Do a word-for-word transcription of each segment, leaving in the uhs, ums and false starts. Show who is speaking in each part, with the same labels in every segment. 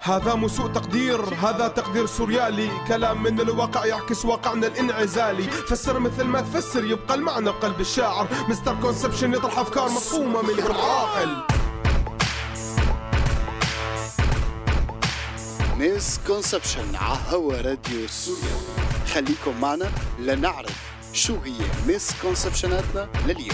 Speaker 1: هذا مو سوء تقدير، هذا تقدير سوريالي، كلام من الواقع يعكس واقعنا الانعزالي. فسر مثل ما تفسر يبقى المعنى بقلب الشاعر. مستر كونسبشن يطرح افكار مفهومه من العاقل.
Speaker 2: ميس كونسبشن على هوا راديو سوريا. خليكم معنا لنعرف شو هي ميس كونسبشناتنا لليوم.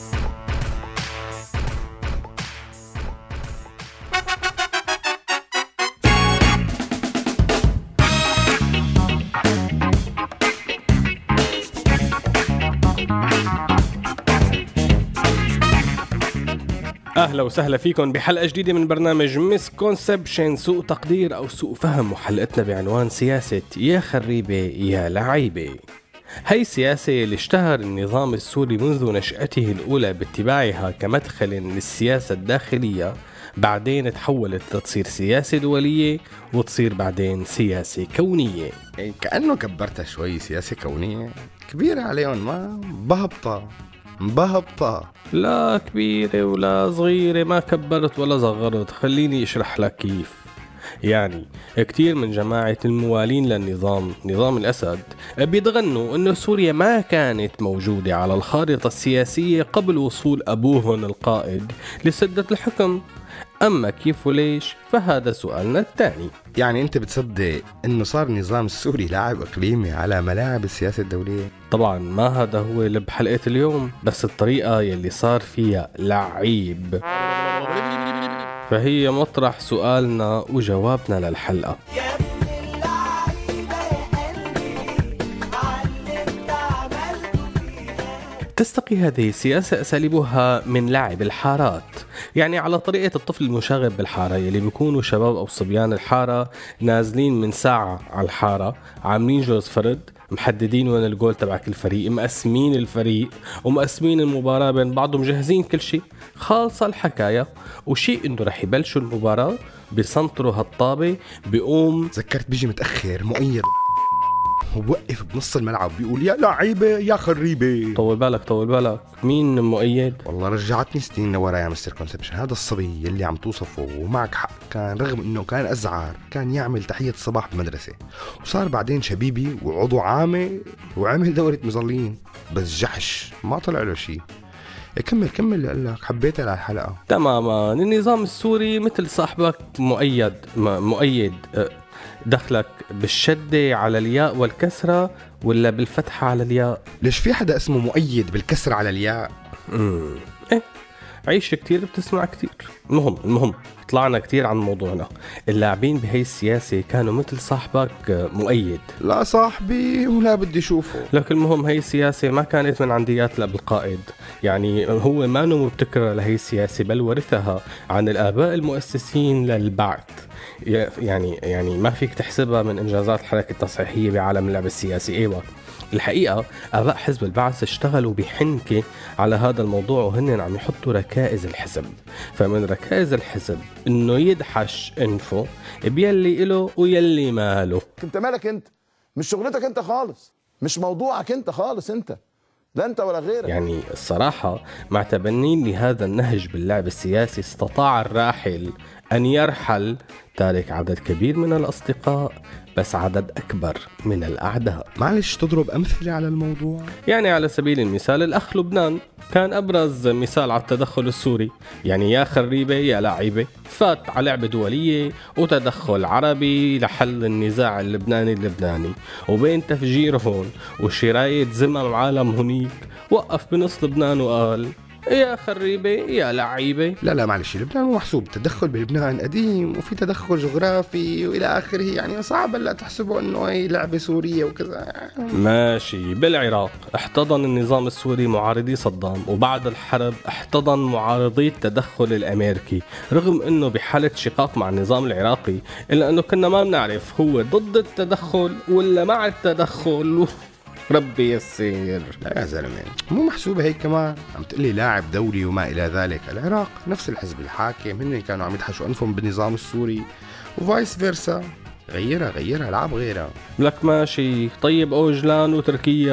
Speaker 3: أهلا وسهلا فيكم بحلقة جديدة من برنامج ميس كونسبشن، سوء تقدير أو سوء فهم، وحلقتنا بعنوان سياسة يا خريبة يا لعيبة. هي السياسة اللي اشتهر النظام السوري منذ نشأته الأولى باتباعها كمدخل للسياسة الداخلية، بعدين تحولت لتصير سياسة دولية وتصير بعدين سياسة كونية.
Speaker 4: كأنه كبرتها شوي، سياسة كونية كبيرة عليهم، ما بهبطة بهبطة.
Speaker 3: لا كبيرة ولا صغيرة، ما كبرت ولا صغرت. خليني اشرح لك كيف. يعني كتير من جماعة الموالين للنظام نظام الأسد بيتغنوا انه سوريا ما كانت موجودة على الخارطة السياسية قبل وصول ابوهن القائد لسدة الحكم. اما كيف وليش فهذا سؤالنا الثاني.
Speaker 4: يعني انت بتصدق انه صار النظام السوري لاعب اقليمي على ملاعب السياسة الدولية؟
Speaker 3: طبعا ما هذا هو اللي بحلقة اليوم، بس الطريقة يلي صار فيها لعيب، فهي مطرح سؤالنا وجوابنا للحلقة. تستقي هذه السياسة أساليبها من لعب الحارات، يعني على طريقة الطفل المشاغب بالحارة يلي بيكونوا شباب أو صبيان الحارة نازلين من ساعة على الحارة، عاملين جوز فرد، محددين وين الجول تبع كل فريق، مقسمين الفريق ومقسمين المباراة بين بعضهم، مجهزين كل شيء، خالصة الحكاية. وشيء إنه رح يبلشوا المباراة بيسنطروا هالطابة، بيقوم
Speaker 4: ذكرت بيجي متأخر مؤيد ووقف بنص الملعب بيقول يا لعيبة يا خريبة.
Speaker 3: طول بالك طول بالك، مين مؤيد؟
Speaker 4: والله رجعتني سنين لورا يا مستر كونسبشن. هذا الصبي يلي عم توصفه ومعك حق، كان رغم انه كان ازعار كان يعمل تحية صباح بمدرسة، وصار بعدين شبيبي وعضو عامة وعمل دورة مظلين، بس جحش ما طلع له شيء. كمل كمل اللي قال لك، حبيتها للحلقة.
Speaker 3: تماما. النظام السوري مثل صاحبك مؤيد مؤيد دخلك بالشدة على الياء والكسرة ولا بالفتحة على الياء؟
Speaker 4: ليش في حدا اسمه مؤيد بالكسر على الياء؟
Speaker 3: امم ايه عيش كتير بتسمع كتير. المهم المهم طلعنا كتير عن موضوعنا. اللاعبين بهي السياسة كانوا مثل صاحبك مؤيد.
Speaker 4: لا صاحبي ولا بدي شوفه.
Speaker 3: لكن المهم هي السياسة ما كانت من عنديات الأب القائد، يعني هو ما نو مبتكرة لهي السياسة، بل ورثها عن الآباء المؤسسين للبعث. يعني يعني ما فيك تحسبها من إنجازات الحركة التصحيحية بعالم اللعب السياسي. ايوه الحقيقة آباء حزب البعث اشتغلوا بحنكة على هذا الموضوع، وهن عم يحطوا ركائز الحزب. فمن ركائز الحزب انه يدحش انفه بيلي إله ويلي ماله.
Speaker 5: انت مالك؟ انت مش شغلتك انت خالص، مش موضوعك انت خالص، انت لا انت ولا غيرك.
Speaker 3: يعني الصراحة مع تبنين لهذا النهج باللعب السياسي استطاع الراحل أن يرحل تارك عدد كبير من الأصدقاء بس عدد أكبر من الأعداء.
Speaker 4: معلش تضرب أمثلة على الموضوع؟
Speaker 3: يعني على سبيل المثال الأخ لبنان كان أبرز مثال على التدخل السوري. يعني يا خريبة يا لعيبة فات على لعبة دولية وتدخل عربي لحل النزاع اللبناني اللبناني، وبين تفجير هون وشراية زمام عالم هنيك وقف بنص لبنان وقال يا خريبة يا لعيبة.
Speaker 4: لا لا معلش، لبنان مو محسوب. التدخل بلبنان قديم وفي تدخل جغرافي وإلى آخره، يعني صعب لا تحسبه أنه هي لعبة سورية وكذا.
Speaker 3: ماشي. بالعراق احتضن النظام السوري معارضي صدام، وبعد الحرب احتضن معارضي التدخل الأمريكي، رغم أنه بحالة شقاق مع النظام العراقي، إلا أنه كنا ما بنعرف هو ضد التدخل ولا مع التدخل. ربي يسير.
Speaker 4: لا يا زلمة مو محسوبة هيك كمان. عم تقلي لاعب دولي وما إلى ذلك. العراق نفس الحزب الحاكم، هن كانوا عم يدحشوا أنفهم بالنظام السوري وفايس فيرسا. غيرها غيرها لعب غيرها.
Speaker 3: لك ماشي. طيب أوجلان وتركيا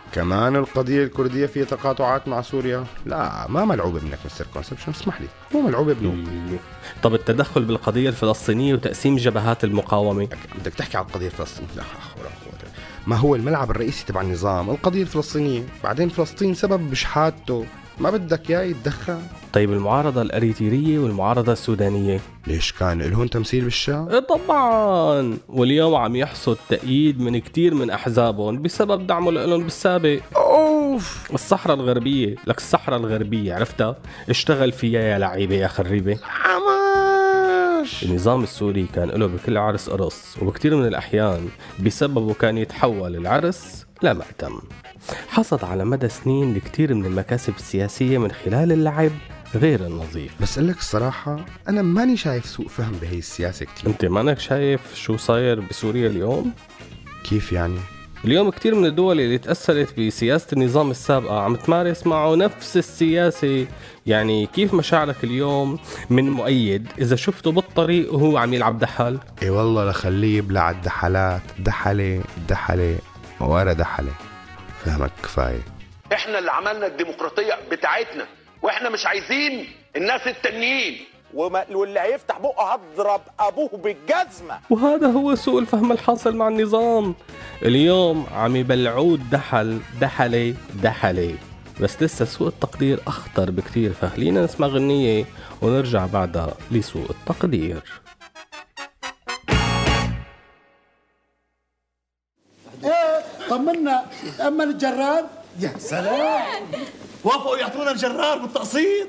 Speaker 4: كمان القضية الكردية فيها تقاطعات مع سوريا؟ لا، ما ملعوبة ابنك مستر كونسبشن، اسمح لي، مو ملعوبة ابنه.
Speaker 3: طب التدخل بالقضية الفلسطينية وتقسيم جبهات المقاومة؟
Speaker 4: بدك تحكي عن القضية الفلسطينية؟ لا حول ولا قوة. ما هو الملعب الرئيسي تبع النظام القضية الفلسطينية، بعدين فلسطين سبب بشحاتته، ما بدك يا يتدخل.
Speaker 3: طيب المعارضة الأريترية والمعارضة السودانية
Speaker 4: ليش كان لهم تمثيل بالشام؟
Speaker 3: طبعا، واليوم عم يحصد تأييد من كتير من أحزابهم بسبب دعمه لهم بالسابق.
Speaker 4: أوف.
Speaker 3: الصحراء الغربية، لك الصحراء الغربية عرفتها؟ اشتغل فيها يا لعيبة يا خريبة.
Speaker 4: عماش.
Speaker 3: النظام السوري كان له بكل عرس قرص، وبكتير من الأحيان بسببه كان يتحول العرس لمأتم. حصد على مدى سنين لكتير من المكاسب السياسية من خلال اللعب غير النظيف.
Speaker 4: بس أقول لك الصراحة أنا ماني شايف سوء فهم بهي السياسة كتير.
Speaker 3: أنت مانك شايف شو صاير بسوريا اليوم؟
Speaker 4: كيف يعني؟
Speaker 3: اليوم كتير من الدول اللي تأثرت بسياسة النظام السابقة عم تمارس معه نفس السياسة. يعني كيف مشاعرك اليوم من مؤيد إذا شفته بالطريق وهو عم يلعب دحل؟
Speaker 4: اي والله لخليه يبلع الدحلات، دحلة دحلة موارد دحلة، فهمك كفاية.
Speaker 6: احنا اللي عملنا الديمقراطية بتاعتنا، واحنا مش عايزين الناس التانيين، واللي هيفتح بقه هضرب ابوه بالجزمة.
Speaker 3: وهذا هو سوء الفهم الحاصل مع النظام. اليوم عم يبلعوه الدحل دحلة دحلة، بس لسه سوء التقدير أخطر بكتير. فخلينا نسمع غنية ونرجع بعدها لسوء التقدير.
Speaker 7: ايه طمنا، تأمل الجرار. يا سلام،
Speaker 8: وافقوا يعطونا الجرار بالتقسيط.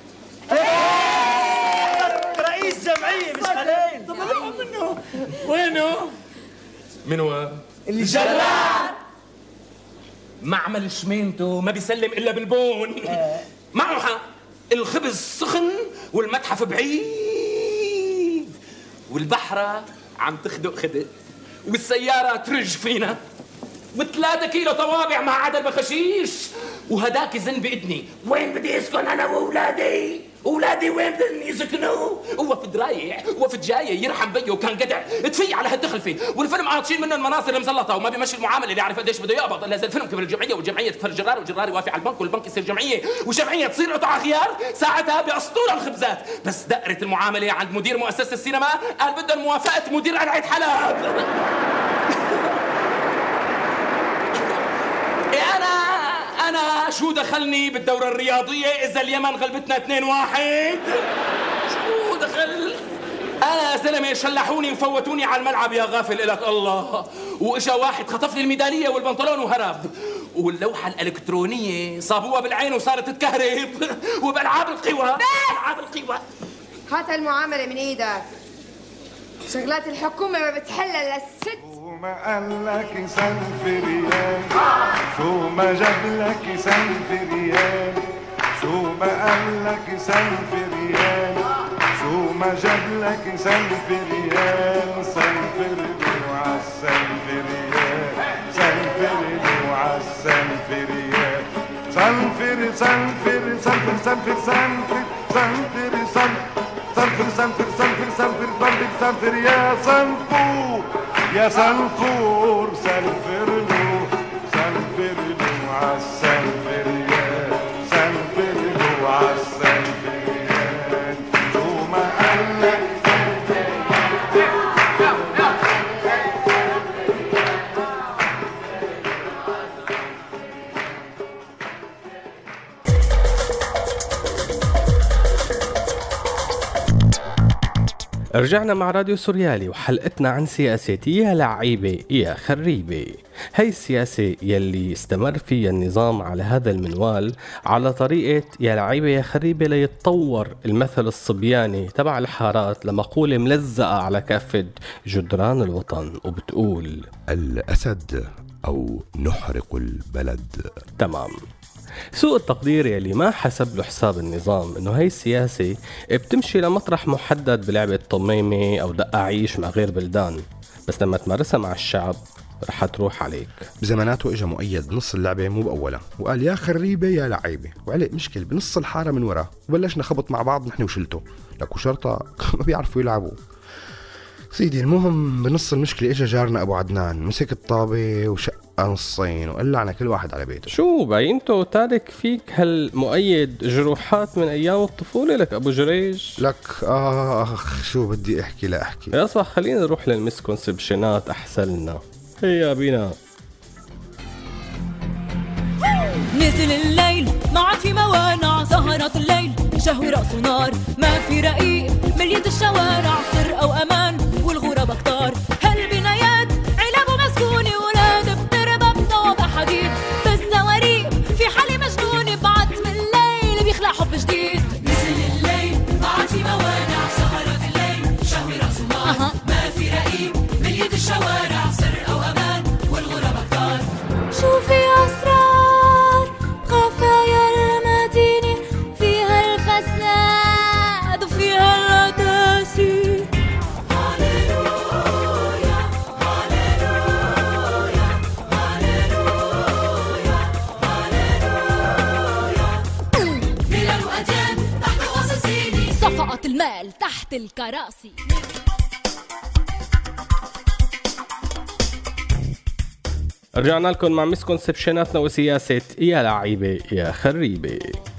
Speaker 8: رئيس جمعية مش خلين.
Speaker 7: طب منه وينه؟
Speaker 8: من هو؟
Speaker 7: الجرار.
Speaker 8: معمل شمينته ما بيسلم إلا بالبون. معه حق، الخبز سخن والمتحف بعيد، والبحرة عم تخدق خدق، والسيارة ترج فينا، وثلاثة كيلو طوابع مع عدد بخشيش، وهداك زن بإذني. وين بدي اسكن انا واولادي؟ اولادي وين بدهم يسكنوا؟ وفد رايح وفد جاي يرحم بيه وكان قدع تفي على هالدخل فيه، والفيلم عاطشين منه المناصر المزلطه وما بيمشي المعامله اللي يعرف قديش بده يقبض. الا اذا الفيلم كبر الجمعيه والجمعيه تكفر الجرار والجرار يوافق على البنك والبنك يصير جمعيه والجمعيه تصير قطع خيار، ساعتها بيقسطوا الخبزات. بس دقرة المعامله عند مدير مؤسسه السينما قال بدهم موافقه مدير قلعه حلب. انا انا شو دخلني بالدوره الرياضيه اذا اليمن غلبتنا اثنين واحد؟ شو دخل؟ انا زلمه شلحوني وفوتوني على الملعب يا غافل الك الله، واجا واحد خطف لي الميداليه والبنطلون وهرب، واللوحه الالكترونيه صابوها بالعين وصارت تكهرب، وبالعاب القوى العاب القوى.
Speaker 9: هات المعامله من ايدك، شغلات الحكومه ما بتحلها الا الست.
Speaker 10: ما قال لك سلف ريال، شو ما جاب لك سلف ريال، شو ما قال لك سلف ريال، شو ما جاب لك سلف ريال، سلفر له عالسلف ريال، سلفر له عالسلف ريال، سلفر سلفر سلفر سلفر سلفر سلفر سلفر سلفر سلفر سلفر سلفر سلفر يا سلفور يا سلفور، سلفر له سلفر له عالسلفر يا سلفر له عالسلفر يا شو ما قال لك.
Speaker 3: رجعنا مع راديو سوريالي وحلقتنا عن سياسة يا لعيبة يا خريبة. هاي السياسة يلي استمر فيها النظام على هذا المنوال على طريقة يا لعيبة يا خريبة ليتطور المثل الصبياني تبع الحارات لمقولة ملزقة على كافة جدران الوطن وبتقول
Speaker 4: الأسد أو نحرق البلد.
Speaker 3: تمام. سوء التقدير يلي ما حسب له حساب النظام انه هاي السياسة بتمشي لمطرح محدد بلعبة طميمة او دقاعيش مع غير بلدان، بس لما تمارسها مع الشعب رح تروح عليك.
Speaker 4: بزماناته اجى مؤيد بنص اللعبة مو بأولها وقال يا خريبة يا لعيبة، وعليه مشكل بنص الحارة من وراه، وبلشنا خبط مع بعض نحن وشلته لك وشرطة ما بيعرفوا يلعبوا سيدي. المهم بنص المشكلة اجى جارنا ابو عدنان مسك الطابة وشق نصين وقلعنا كل واحد على بيته.
Speaker 3: شو باينتو تارك فيك هالمؤيد جروحات من ايام الطفولة لك ابو جريج؟
Speaker 4: لك اخ شو بدي احكي لا احكي.
Speaker 3: يا صاح خلينا نروح للمسكونسبشنات احسن. هيا بينا.
Speaker 11: نزل الليل ما عاد في موانع، سهرات الليل شهوي رأس نار، ما في رقيق مليت الشوارع، سر أو أمان والغربة كتار، هالبنايات علب ومسكونة، ولاد بتربى بطابع حديد، بالزواريق في حالي مجنونة، بعتم الليل بيخلع حب جديد. نزل الليل ما عاد في موانع، سهرات الليل شهوي رأس نار، ما في رقيق مليت الشوارع، سر أو أمان والغربة كتار. شوفي أسرار خفايا المدينة، فيها الفساد وفيها القداسي. هاليلويا هاليلويا هاليلويا هاليلويا. ملل وأديان تحت قصصيني، صفقة المال تحت الكراسي.
Speaker 3: رجعنا لكم مع مسكونسبشناتنا وسياسة يا لعيبة يا خريبة.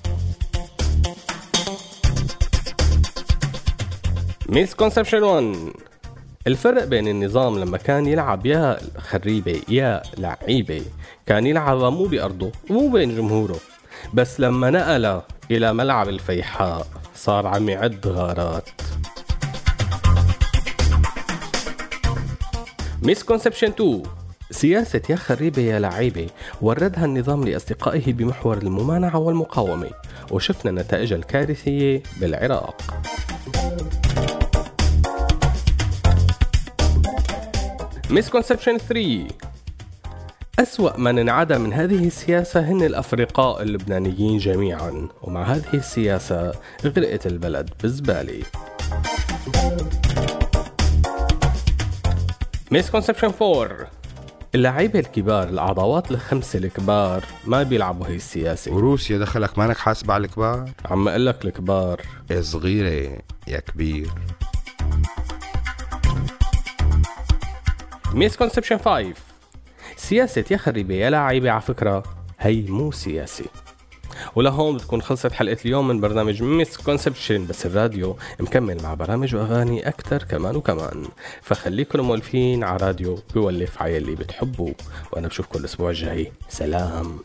Speaker 3: مسكونسبشن واحد، الفرق بين النظام لما كان يلعب يا خريبة يا لعيبة كان يلعبها مو بأرضه ومو بين جمهوره، بس لما نقل إلى ملعب الفيحاء صار عم يعد غارات. مسكونسبشن اثنين، سياسة يا خريبة يا لعيبة وردها النظام لأصدقائه بمحور الممانعة والمقاومة، وشفنا نتائجها الكارثية بالعراق. مسكونسبشن ثلاثة، أسوأ من انعدى من هذه السياسة هن الأفرقاء اللبنانيين جميعا، ومع هذه السياسة غرقت البلد بالزبالة. مسكونسبشن أربعة، اللعيبة الكبار العضوات الخمسة الكبار ما بيلعبوا هاي السياسة.
Speaker 4: وروسيا دخلك مانك حاسب على الكبار؟
Speaker 3: عم اقلك الكبار
Speaker 4: يا صغيرة يا كبير.
Speaker 3: مسكونسبشن خمسة، سياسة يا خريبة يا لعيبة على فكرة هي مو سياسة. ولهون بتكون خلصت حلقة اليوم من برنامج مسكونسبشن، بس الراديو مكمل مع برامج وأغاني أكتر كمان وكمان، فخليكم مولفين على راديو بيولف عيال اللي بتحبوا، وأنا بشوفكم الأسبوع الجاي. سلام.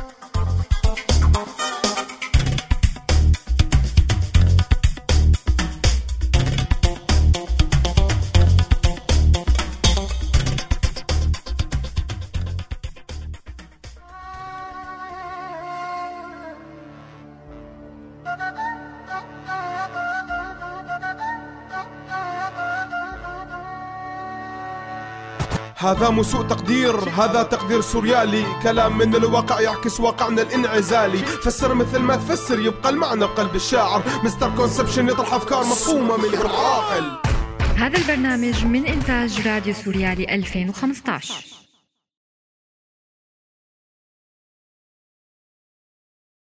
Speaker 1: هذا مو سوء تقدير، هذا تقدير سوريالي، كلام من الواقع يعكس واقعنا الانعزالي، فسر مثل ما تفسر يبقى المعنى قلب الشاعر، مستر كونسبشن يطرح افكار مفهومه من العاقل.
Speaker 12: هذا البرنامج من انتاج راديو سوريالي ألفين وخمسة عشر.